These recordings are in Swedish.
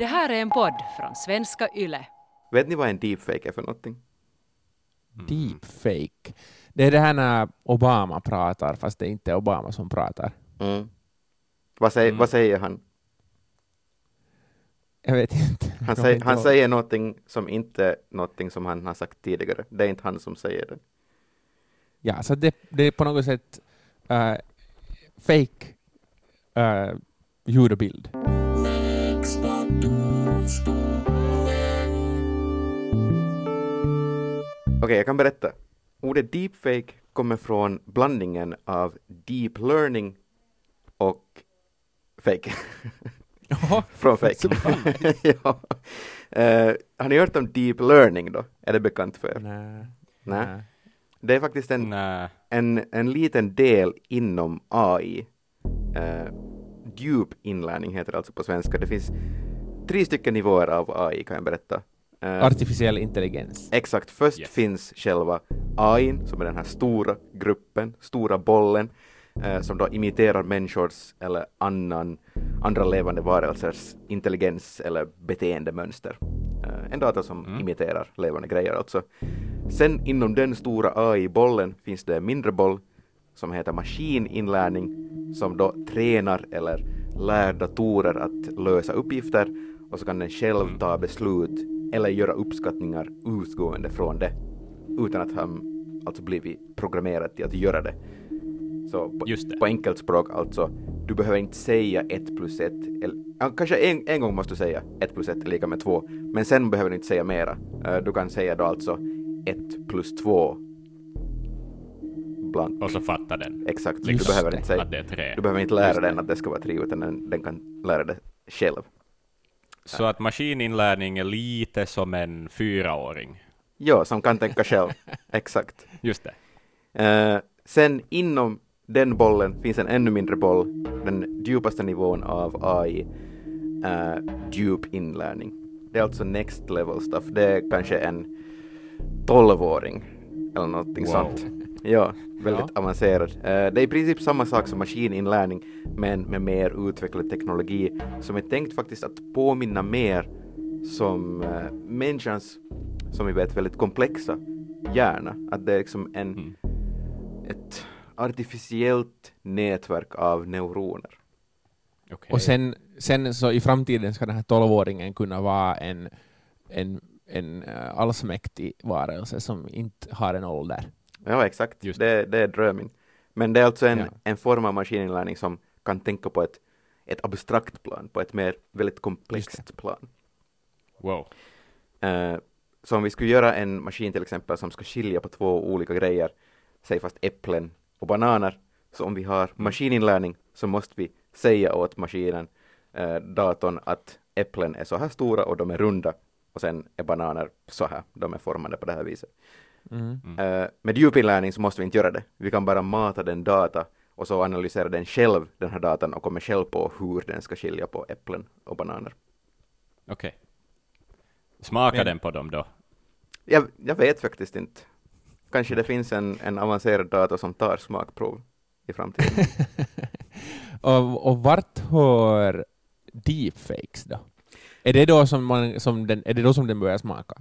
Det här är en podd från svenska YLE. Vet ni vad en deepfake är för någonting? Deepfake. Det är det här när Obama pratar, fast det är inte Obama som pratar. Mm. Vad säger han? Jag vet inte. Han säger någonting som inte någonting som han har sagt tidigare. Det är inte han som säger det. Ja, så det är på något sätt fake ljud och bild. Okej, jag kan berätta. Ordet deepfake kommer från blandningen av deep learning och fake. Från fake. Ja. Har ni hört om deep learning då? Är det bekant för er? Nej. Det är faktiskt en liten del inom AI. Djup inlärning heter det alltså på svenska. Det finns 3 stycken nivåer av AI kan jag berätta. Artificiell intelligens. Exakt. Först finns själva AI som är den här stora gruppen, stora bollen som då imiterar människors eller andra levande varelsers intelligens eller beteendemönster. En data som imiterar levande grejer alltså. Sen inom den stora AI-bollen finns det en mindre boll som heter maskininlärning som då tränar eller lär datorer att lösa uppgifter och så kan den själv ta beslut eller göra uppskattningar utgående från det utan att han alltså blivit programmerad till att göra det. Så på enkelt språk alltså, du behöver inte säga 1 plus 1 eller, kanske en gång måste du säga 1 plus 1 är lika med 2, men sen behöver du inte säga mera. Du kan säga då alltså 1 plus 2 blank. Och så fattar den. Exakt, du behöver inte säga att det är 3. Du behöver inte lära den att det ska vara 3 utan den kan lära det själv. Så att maskininlärning är lite som en 4-åring. Ja, som kan tänka själv. Exakt. Just det. Sen inom den bollen finns en ännu mindre boll. Den djupaste nivån av AI djup inlärning. Det är alltså next level stuff. Det är kanske en 12-åring eller någonting sånt. Ja, väldigt avancerad. Det är i princip samma sak som maskininlärning men med mer utvecklad teknologi som är tänkt faktiskt att påminna mer som människans, som vi vet, väldigt komplexa hjärna. Att det är liksom ett artificiellt nätverk av neuroner. Okay. Och sen så i framtiden ska den här 12-åringen kunna vara en allsmäktig varelse som inte har en ålder. Ja, exakt. Det är drömmen. Men det är alltså en form av maskininlärning som kan tänka på ett abstrakt plan, på ett mer väldigt komplext plan. Wow. Så om vi skulle göra en maskin till exempel som ska skilja på 2 olika grejer, säg fast äpplen och bananer, så om vi har maskininlärning så måste vi säga åt maskinen, datorn, att äpplen är så här stora och de är runda och sen är bananer så här, de är formade på det här viset. Med djupinlärning så måste vi inte göra det. Vi kan bara mata den data och så analyserar den själv den här datan och kommer själv på hur den ska skilja på äpplen och bananer. Okej. Smakar den på dem då? Jag vet faktiskt inte. Kanske det finns en avancerad dator som tar smakprov i framtiden. och vart hör deepfakes då? Är det då som den börjar smaka?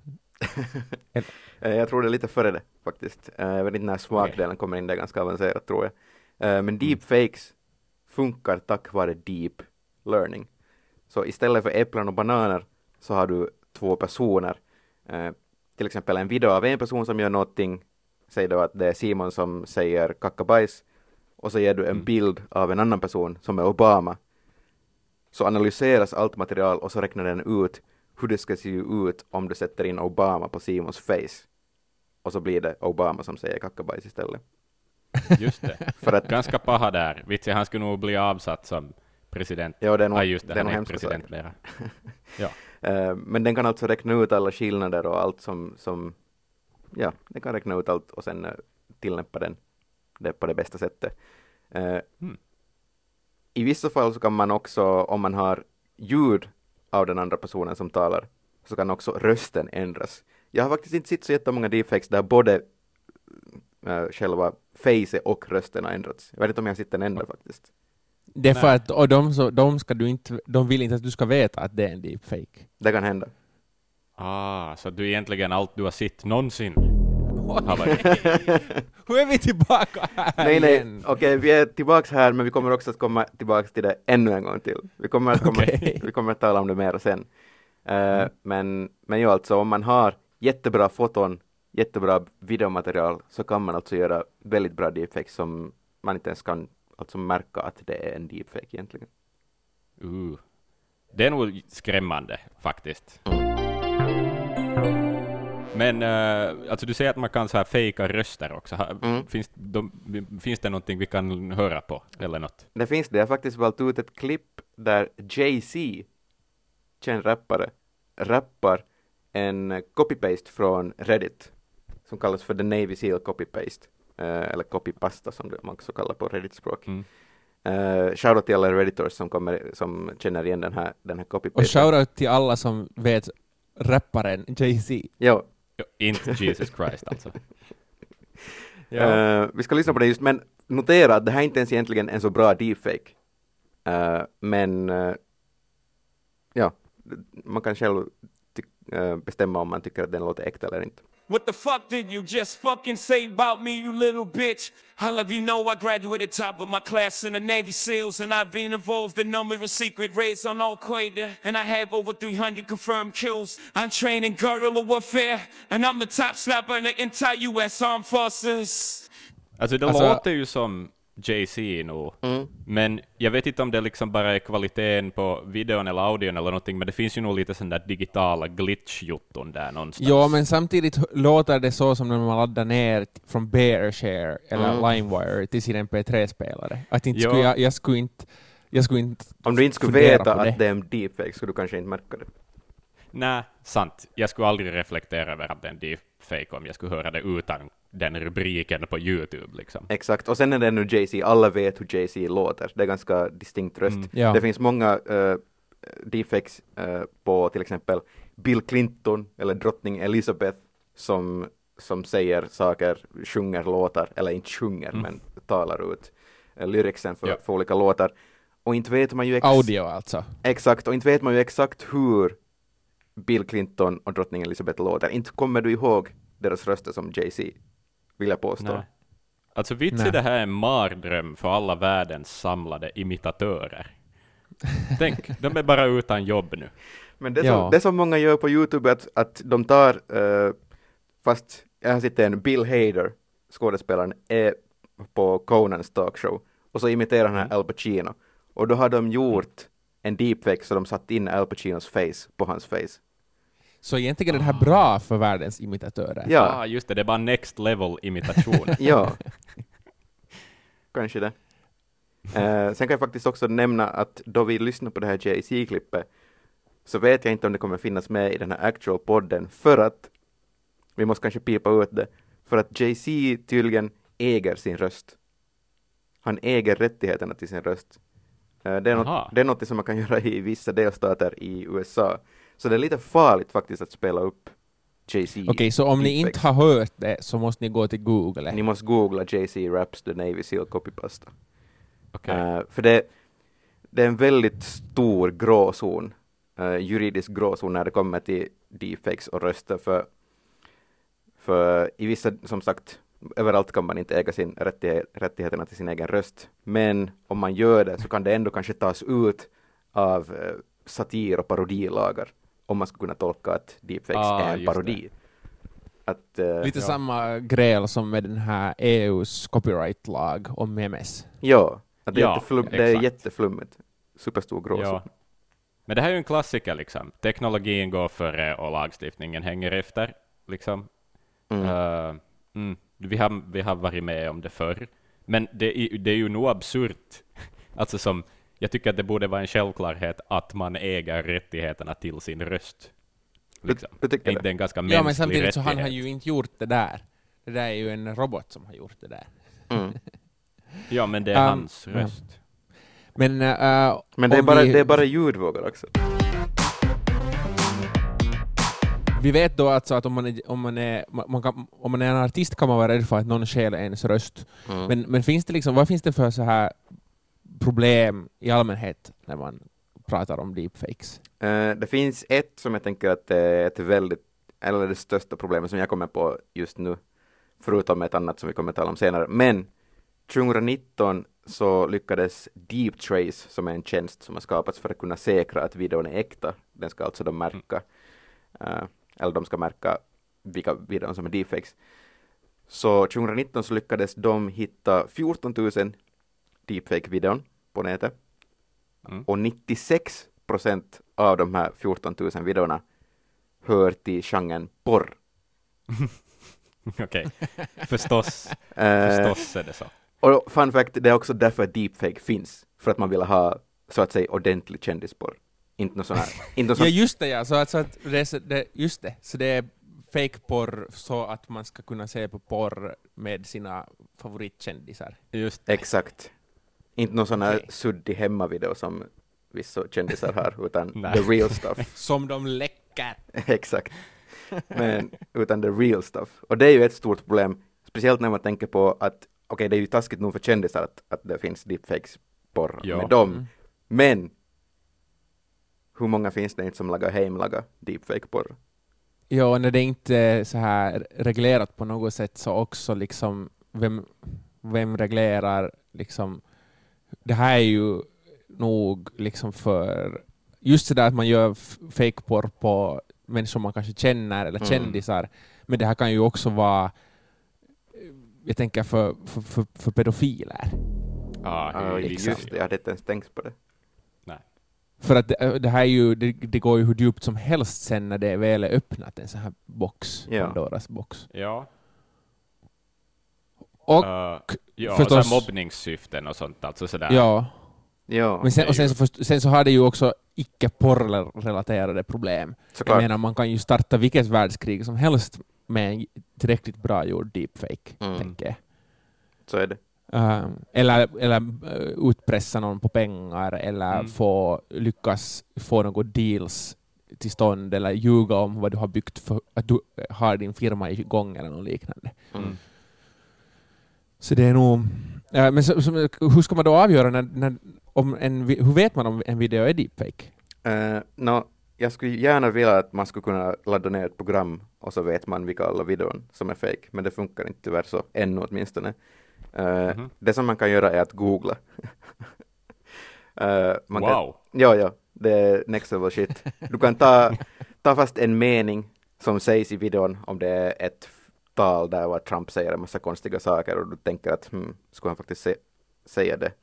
Jag tror det är lite före det faktiskt. Jag vet inte när smakdelen kommer in, det är ganska avancerat tror jag. Men deepfakes funkar tack vare deep learning. Så istället för äpplen och bananer så har du 2 personer. Till exempel en video av en person som gör någonting. Säg då att det är Simon som säger kackabajs. Och så ger du en bild av en annan person som är Obama. Så analyseras allt material och så räknar den ut hur det ska se ut om du sätter in Obama på Simons face. Och så blir det Obama som säger kackabajs istället. Just det. För att ganska paha där. Vitsi, han skulle nog bli avsatt som president. Ja, det är nog, just det, det är han nog är president mera. Ja. Men den kan alltså räkna ut alla skillnader och allt som den kan räkna ut allt och sen tillämpa det på det bästa sättet. I vissa fall så kan man också, om man har ljud av den andra personen som talar, så kan också rösten ändras. Jag har faktiskt inte sett så jättemånga deepfakes där både själva facet och rösten har ändrats. Jag vet inte om jag har sett en enda faktiskt. Det är för att och de vill inte att du ska veta att det är en deepfake. Det kan hända. Så du egentligen allt du har sett någonsin. Hur är vi tillbaka här igen? Okej, vi är tillbaka här, men vi kommer också att komma tillbaka till det ännu en gång till. Vi kommer att tala om det mer sen. Men ju alltså, om man har jättebra foton, jättebra videomaterial, så kan man alltså göra väldigt bra deepfakes som man inte ens kan alltså märka att det är en deepfake egentligen. Det är nog skrämmande faktiskt. Men alltså du säger att man kan så här fejka röster också. Finns det någonting vi kan höra på eller något? Det finns det. Jag har faktiskt valt ut ett klipp där Jay-Z, känd rappar en copy-paste från Reddit som kallas för The Navy Seal copy-paste eller copy-pasta som man också kallar på Reddit-språk. Shoutout till alla redditors som känner igen den här copy-paste. Och shoutout till alla som vet rapparen Jay-Z. Ja. Inte Jesus Christ alltså. Vi ska lyssna på det just, men notera att det här inte ens egentligen en så bra deepfake. Men man kan själv bestämma om man tycker att den låter äkta eller inte. What the fuck did you just fucking say about me, you little bitch? I'll let you know I graduated top of my class in the Navy SEALs, and I've been involved in numerous secret raids on Al-Qaeda, and I have over 300 confirmed kills. I'm trained in guerrilla warfare, and I'm the top slapper in the entire US Armed Forces. Alltså det låter ju som Jay-Z nu, men jag vet inte om det liksom bara är kvaliteten på videon eller audion eller någonting, men det finns ju nog lite sån där digitala glitch-jutton där någonstans. Ja, men samtidigt låter det så som när man laddar ner från Bearshare eller LimeWire till sin MP3-spelare. Att inte jag skulle inte om du inte skulle veta att det är en deepfake skulle du kanske inte märka det. Nej, sant. Jag skulle aldrig reflektera över att det är en deepfake om jag skulle höra det utan den rubriken på YouTube liksom. Exakt, och sen är det nu Jay-Z, alla vet hur Jay-Z låter. Det är ganska distinkt röst. Ja. Det finns många deepfakes på till exempel Bill Clinton eller drottning Elizabeth som säger saker, sjunger låtar, eller inte sjunger men talar ut lyricsen för olika låtar. Och inte vet man ju audio alltså. Exakt, och inte vet man ju exakt hur Bill Clinton och drottning Elizabeth låter. Inte kommer du ihåg deras röster som Jay-Z, vill jag påstå. Nej. Alltså vitsi, det här är en mardröm för alla världens samlade imitatörer. Tänk, de är bara utan jobb nu. Men det som många gör på YouTube att de tar, fast jag sitter en Bill Hader, skådespelaren, är på Conans talkshow och så imiterar han Al Pacino. Och då har de gjort en deepfake så de satt in Al Pacinos face på hans face. Så egentligen är det här bra för världens imitatörer. Ja, just det är bara next level imitation. Ja, kanske det. Sen kan jag faktiskt också nämna att då vi lyssnar på det här Jay-Z-klippet så vet jag inte om det kommer finnas med i den här actual-podden för att vi måste kanske pipa ut det för att Jay-Z tydligen äger sin röst. Han äger rättigheterna till sin röst. Det är något som man kan göra i vissa delstater i USA. Så det är lite farligt faktiskt att spela upp Jay-Z. Okej, så om ni inte har hört det så måste ni gå till Google. Ni måste googla Jay-Z raps the Navy Seal copypasta. Okay. För det är en väldigt stor gråzon, juridisk gråzon när det kommer till deepfakes och röster. För i vissa, som sagt, överallt kan man inte äga sin rättigheterna till sin egen röst. Men om man gör det så kan det ändå kanske tas ut av satir- och parodilagar om man ska kunna tolka att deepfakes är en parodi. Lite samma grej som med den här EUs copyright-lag om memes. Ja, det är jätteflummigt. Superstor gråzon. Ja. Men det här är ju en klassiker liksom. Teknologin går före och lagstiftningen hänger efter. Liksom. Vi har varit med om det förr. Men det är ju nog absurt. Alltså som jag tycker att det borde vara en självklarhet att man äger rättigheterna till sin röst. Liksom. Det är en ganska mänsklig men samtidigt rättighet. så han har ju inte gjort det där. Det där är ju en robot som har gjort det där. Ja, men det är hans röst. Men det är bara ljudvågor också. Vi vet då alltså att om man är en artist kan man vara rädd för att någon stjäl ens röst. Men finns det liksom, vad finns det för så här problem i allmänhet när man pratar om deepfakes? Det finns ett som jag tänker att det är ett eller det största problemet som jag kommer på just nu, förutom ett annat som vi kommer att tala om senare. Men 2019 så lyckades Deep Trace, som är en tjänst som har skapats för att kunna säkra att videon är äkta. Den ska alltså de märka, eller de ska märka vilka videon som är deepfakes. Så 2019 så lyckades de hitta 14 000 deepfake-videon på nätet. Och 96% av de här 14 000 videorna hör till genren porr. Okej, förstås är det så. Och fun fact, det är också därför deepfake finns. För att man vill ha, så att säga, ordentlig kändisporr. Inte någon sån här. Ja, just det, ja. Så att just det. Så det är fake-porr så att man ska kunna se på porr med sina favoritkändisar. Just det. Exakt. Inte någon sån här suddig hemmavideo som vissa kändisar har, utan the real stuff. Som de läcker. Exakt. Men utan the real stuff. Och det är ju ett stort problem, speciellt när man tänker på att det är ju taskigt nog för kändisar att det finns deepfakes porr med dem. Men hur många finns det inte som lagar deepfake porr? Ja, när det inte är så här reglerat på något sätt, så också liksom vem reglerar liksom, det här är ju nog liksom för just det där att man gör fake porr på människor man kanske känner eller kändisar, men det här kan ju också vara, jag tänker för pedofiler. Just det, jag hade inte ens tänkt på det. Nej. För att det här är ju, det går ju hur djupt som helst sen när det väl är öppnat, en sån här box, Pandoras box. Ja. Och förstås mobbningssyften och sånt, alltså sådär. Ja. Men sen så har det ju också icke-porrrelaterade problem. Såklart. Jag menar, man kan ju starta vilket världskrig som helst med en tillräckligt bra gjord deepfake, tänker jag. Så är det. Eller utpressa någon på pengar, eller lyckas få några deals till stånd, eller ljuga om vad du har byggt för att du har din firma igång eller något liknande. Så det är nog... men hur ska man då avgöra hur vet man om en video är deepfake? Jag skulle gärna vilja att man skulle kunna ladda ner ett program och så vet man vilka alla videon som är fake, men det funkar inte tyvärr så ännu åtminstone. Det som man kan göra är att googla. Ja, det är next level shit. Du kan ta fast en mening som sägs i videon, om det är ett tal där vad Trump säger en massa konstiga saker och du tänker att skulle han faktiskt säga det.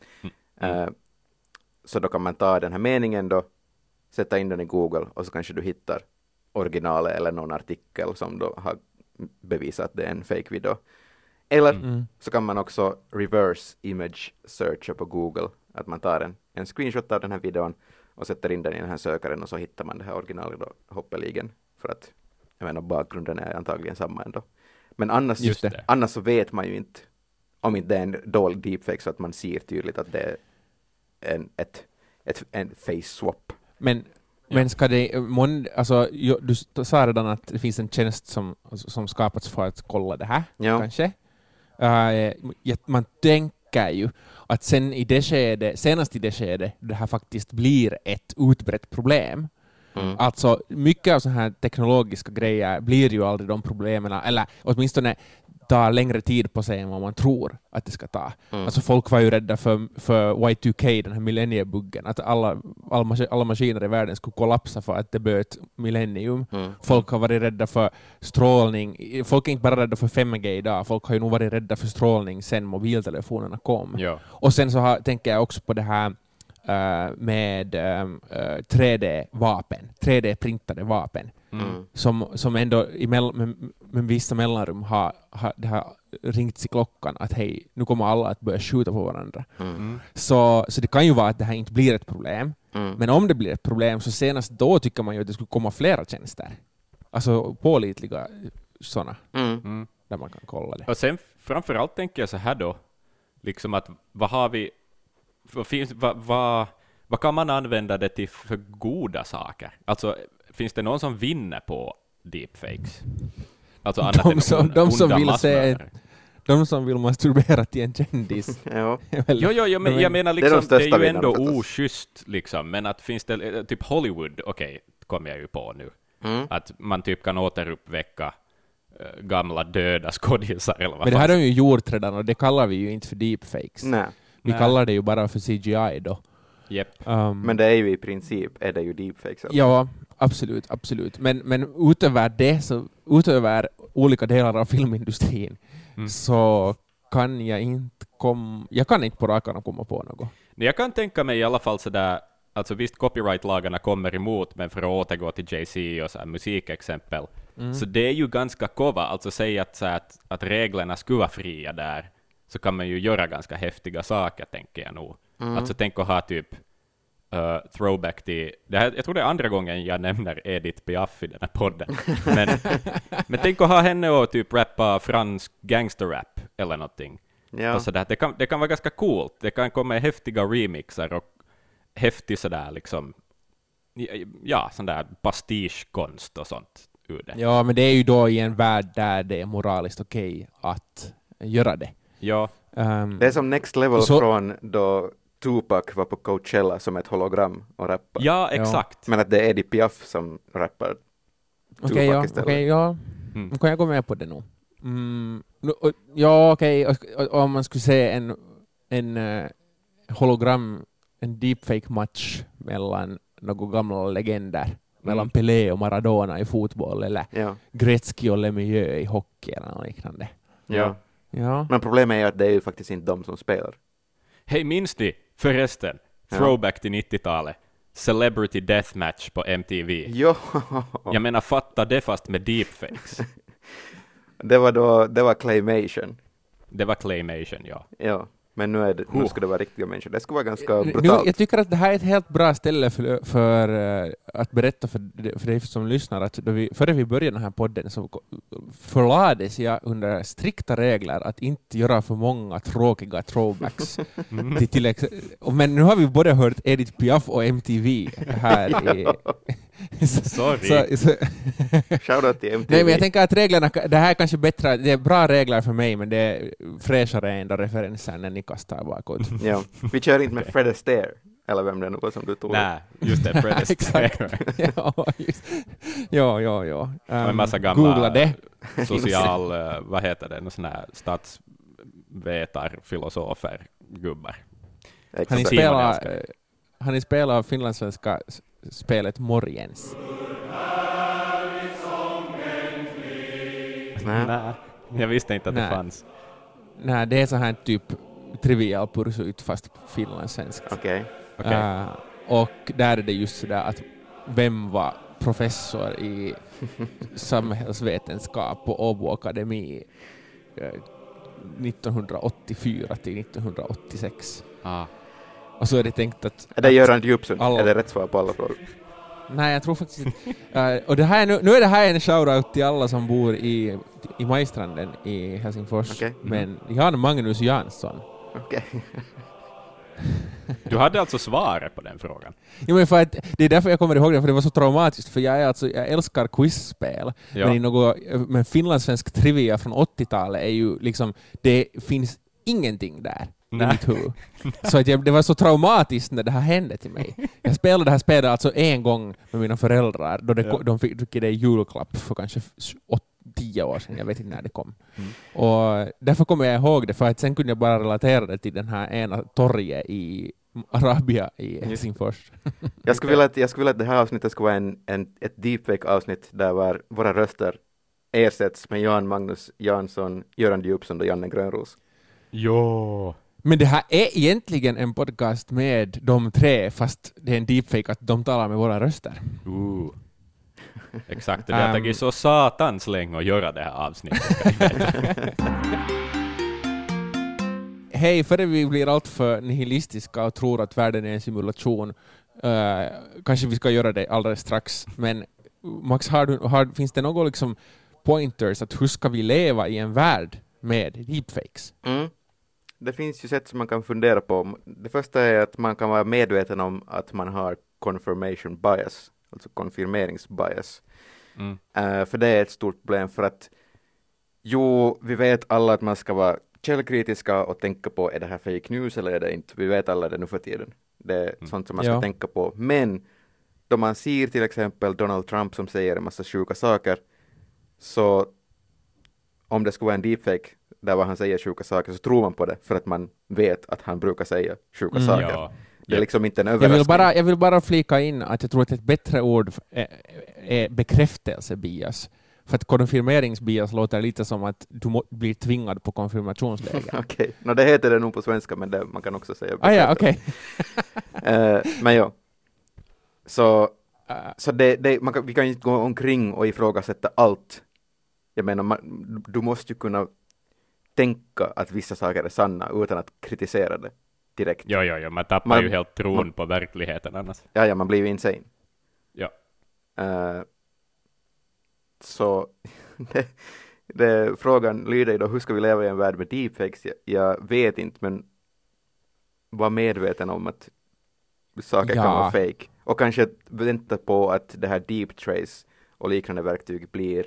Så då kan man ta den här meningen då, sätta in den i Google och så kanske du hittar originalet eller någon artikel som då har bevisat att det är en fake video. Eller så kan man också reverse image searcha på Google, att man tar en screenshot av den här videon och sätter in den i den här sökaren och så hittar man det här originalet då, hoppeligen, för att jag menar bakgrunden är antagligen samma ändå. Men annars så vet man ju inte om inte det är en dålig deepfake så att man ser tydligt att det är en face swap. Men ska det, alltså, du sa redan att det finns en tjänst som skapats för att kolla det här, kanske. Man tänker ju att senast i det skede det här faktiskt blir ett utbrett problem. Alltså mycket av så här teknologiska grejer blir ju aldrig de problemen, eller åtminstone tar längre tid på sig än vad man tror att det ska ta. Alltså folk var ju rädda för Y2K, den här millenniebuggen, att alla maskiner i världen skulle kollapsa för att det blev ett millennium. Folk har varit rädda för strålning. Folk är inte bara rädda för 5G idag, folk har ju nog varit rädda för strålning sen mobiltelefonerna kom. Ja. Och sen så tänker jag också på det här med 3D-vapen, 3D-printade vapen. Som ändå med vissa mellanrum har ringts i klockan att hej, nu kommer alla att börja skjuta på varandra. Så det kan ju vara att det här inte blir ett problem. Men om det blir ett problem så senast då tycker man ju att det skulle komma flera tjänster. Alltså pålitliga sådana. Där man kan kolla det. Och sen framförallt tänker jag så här då, liksom att vad har vi, vad kan man använda det till för goda saker? Alltså finns det någon som vinner på deepfakes? Alltså De som vill masturbera till en kändis. Ja. Jo, men jag menar liksom, det är det de är ju ändå vinnarna, oschysst liksom, men att finns det typ Hollywood, okej, kommer jag ju på nu, att man typ kan återuppväcka gamla döda skådisar eller vad Men det här har de ju gjort redan och det kallar vi ju inte för deepfakes. Nej. Vi kallar det ju bara för CGI då. Yep. Men det är ju i princip är det ju deepfakes. Alltså. Ja, absolut. Men utöver det, så utöver olika delar av filmindustrin så kan jag kan inte på rakarna komma på något. Jag kan tänka mig i alla fall sådär, alltså visst copyright-lagarna kommer emot, men för att återgå till Jay-Z och så här musikexempel, så det är ju ganska kova, alltså säga att reglerna skulle vara fria där, så kan man ju göra ganska häftiga saker, tänker jag nog. Alltså tänk att ha typ throwback till, det här, jag tror det är andra gången jag nämner Edith Piaf i den här podden, men tänk att ha henne och typ rappa fransk gangsterrap eller någonting. Ja. Och sådär. Det kan vara ganska coolt, det kan komma häftiga remixer och häftig sådär liksom, ja, sån där pastischkonst och sånt ur det. Ja, men det är ju då i en värld där det är moraliskt okej att göra det. Ja. Det är som next level från då Tupac var på Coachella som ett hologram och rappar. Ja, exakt. Men att det är Eddie Piaf som rappar Tupac istället. Nu kan jag gå med på det nu. Ja, okej. Om man skulle se en hologram, en deepfake-match mellan några gamla legender, mellan Pelé och Maradona i fotboll, eller Gretzky och Lemieux i hockey eller något liknande. Ja. Ja. Men problemet är att det är ju faktiskt inte de som spelar. Hej, minns ni förresten, throwback till 90-talet, Celebrity Deathmatch på MTV? Jo. Jag menar, fatta det fast med deepfakes. Det var claymation. Det var claymation, ja. Ja, men nu ska det vara riktiga människor. Det skulle vara ganska brutalt. Jag tycker att det här är ett helt bra ställe för att berätta för dig som lyssnar att före vi började den här podden så förlades jag under strikta regler att inte göra för många tråkiga throwbacks. Men nu har vi både hört Edith Piaf och MTV här i... Sorry. Shoutout till MTV. Nej, men jag tänker att reglerna, det här är kanske bättre, det är bra regler för mig, men det är fräschare än referenser när ni kastar bakåt. Ja, vi kör inte med Fred Astaire, eller vem det nu var som du tog. Nej, just det, Fred Astaire. Ja. En massa gamla googla det. Social, vad heter det, någon sån här statsvetar, filosofer, gubbar. Han spelar finlandssvenska spelet Morgens. Nej. Jag visste inte att det fanns. Nej, det är så här typ trivial pursuit fast finlandssvenskt. Okej. Och där är det just så där att vem var professor i samhällsvetenskap på Åbo Akademi 1984 till 1986. Och så är det tänkt att... Är det Göran Djupsund? Är det rätt svar på alla frågor? Nej, jag tror faktiskt inte. Och det här nu är det här en shoutout till alla som bor i Majstranden i Helsingfors. Okay. Men Jan Magnus Jansson. Okej. Okay. Du hade alltså svaret på den frågan? Jo, men för att det är därför jag kommer ihåg det, för det var så traumatiskt. För jag älskar quizspel. Ja. Men finlandssvensk trivia från 80-talet är ju liksom... Det finns ingenting där. Så att det var så traumatiskt när det här hände till mig. Jag spelade det här spelet alltså en gång med mina föräldrar då de fick det i julklapp för kanske 10 år sedan. Jag vet inte när det kom. Och därför kommer jag ihåg det, för att sen kunde jag bara relatera det till den här ena torget i Arabia i Helsingfors. Jag skulle vilja att det här avsnittet skulle vara ett deepfake-avsnitt där våra röster ersätts med Jan Magnus Jansson, Göran Djupsund och Janne Grönros. Jo. Men det här är egentligen en podcast med de tre, fast det är en deepfake att de talar med våra röster. Exakt, det har tagit så satans länge att göra det här avsnittet. Hej, före vi blir allt för nihilistiska och tror att världen är en simulation, kanske vi ska göra det alldeles strax, men Max, finns det något liksom pointers att hur ska vi leva i en värld med deepfakes? Det finns ju sätt som man kan fundera på. Det första är att man kan vara medveten om att man har confirmation bias, alltså konfirmeringsbias. För det är ett stort problem, för att Jo, vi vet alla att man ska vara källkritiska och tänka på är det här fake news eller är det inte. Vi vet alla det nu för tiden. Det är sånt som man ska tänka på. Men då man ser till exempel Donald Trump som säger en massa sjuka saker, så om det skulle vara en deepfake där vad han säger sjuka saker så tror man på det för att man vet att han brukar säga sjuka saker. Ja. Det är liksom inte en överraskning. Jag vill bara flika in att jag tror att ett bättre ord är bekräftelsebias. För att konfirmeringsbias låter lite som att du blir tvingad på konfirmationsläger. Okej, det heter det nog på svenska, men det, man kan också säga okej. Men ja. Så vi kan inte gå omkring och ifrågasätta allt. Jag menar, du måste ju kunna tänka att vissa saker är sanna utan att kritisera det direkt. Ja, man tappar ju helt tron på verkligheten annars. Ja, man blir ju insane. Ja. Så frågan lyder då, hur ska vi leva i en värld med deepfakes? Jag vet inte, men var medveten om att saker kan vara fake. Och kanske vänta på att det här deep trace och liknande verktyg blir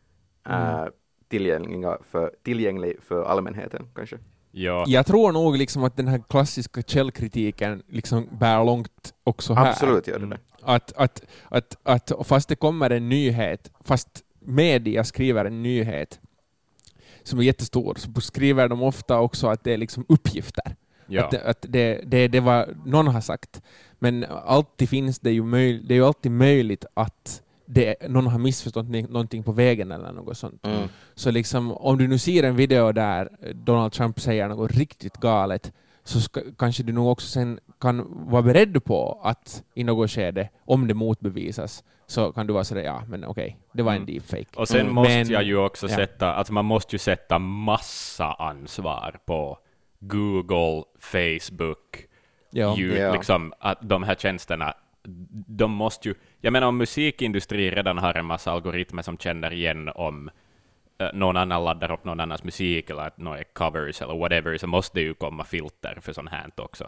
tillgänglig för allmänheten kanske. Ja. Jag tror nog liksom att den här klassiska källkritiken liksom bär långt också här. Absolut gör det. Att fast det kommer en nyhet, fast media skriver en nyhet som är jättestor, så skriver de ofta också att det är liksom uppgifter. Ja. Att det var någon har sagt. Men alltid finns det ju det är ju alltid möjligt att någon har missförstått någonting på vägen eller något sånt. Så liksom, om du nu ser en video där Donald Trump säger något riktigt galet, så kanske du nog också sen kan vara beredd på att i något skede, om det motbevisas, så kan du vara sådär, men okej, det var en deepfake. Och sen måste jag ju också man måste ju sätta massa ansvar på Google, Facebook, liksom att de här tjänsterna, de måste ju, jag menar om musikindustrin redan har en massa algoritmer som känner igen om någon annan laddar upp någon annans musik eller att några covers eller whatever, så måste det ju komma filter för sånt här också.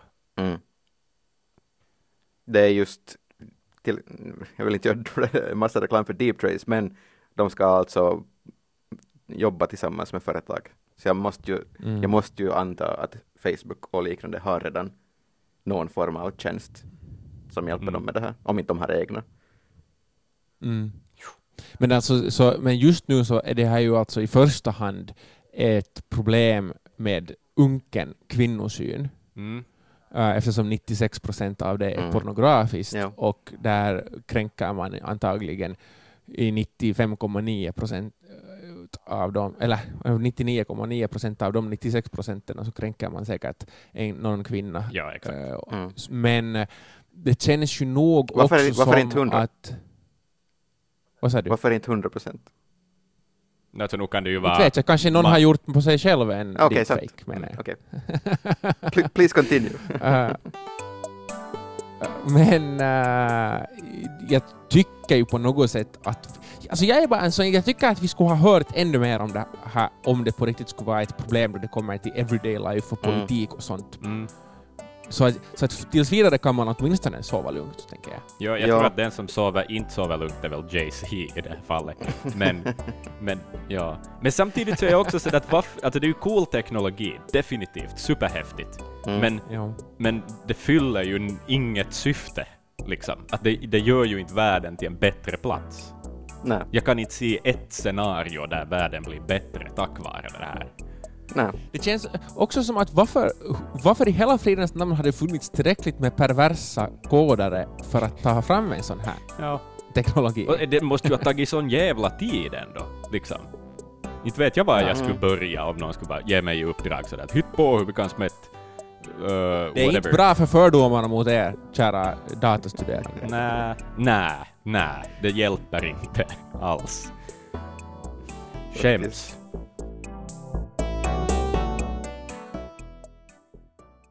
Det är just jag vill inte göra en massa reklam för Deep Trace, men de ska alltså jobba tillsammans med företag. Så jag måste ju anta att Facebook och liknande har redan någon form av tjänst som hjälper dem med det här, om inte de har egna. Men alltså, men just nu så är det här ju alltså i första hand ett problem med unken kvinnosyn. Eftersom 96% av det är pornografiskt och där kränker man antagligen i 95,9% av dem, eller 99,9% av de 96% så kränker man säkert någon kvinna. Ja, exakt. Men det känns ju nog varför som inte 100? Att... Vad sa du? Varför inte 100%? Alltså, nu kan det ju vara... Jag vet, kanske någon har gjort på sig själv en deepfake. Okay. Please continue. Men jag tycker ju på något sätt att... Alltså jag tycker att vi skulle ha hört ännu mer om det här, om det på riktigt skulle vara ett problem då det kommer till everyday life och politik och sånt. Så att tills vidare kan man åtminstone sova lugnt, tänker jag. Ja, jag tror att den som inte sover lugnt är väl Jay-Z i det här fallet. Men samtidigt så är jag också så att det är ju cool teknologi, definitivt, superhäftigt. Men det fyller ju inget syfte, liksom. Att det gör ju inte världen till en bättre plats. Nej. Jag kan inte se ett scenario där världen blir bättre tack vare det här. Nej. Det känns också som att varför i hela fridens namn hade det funnits tillräckligt med perversa kodare för att ta fram en sån här teknologi. Och det måste ju ha tagit sån jävla tid ändå, liksom. Inte vet jag var jag skulle börja om någon skulle bara ge mig i uppdrag sådär att hitta på hur vi kan smätta det är inte bra för fördomarna mot er, kära datastuderande. Nej, det hjälper inte alls. Skäms.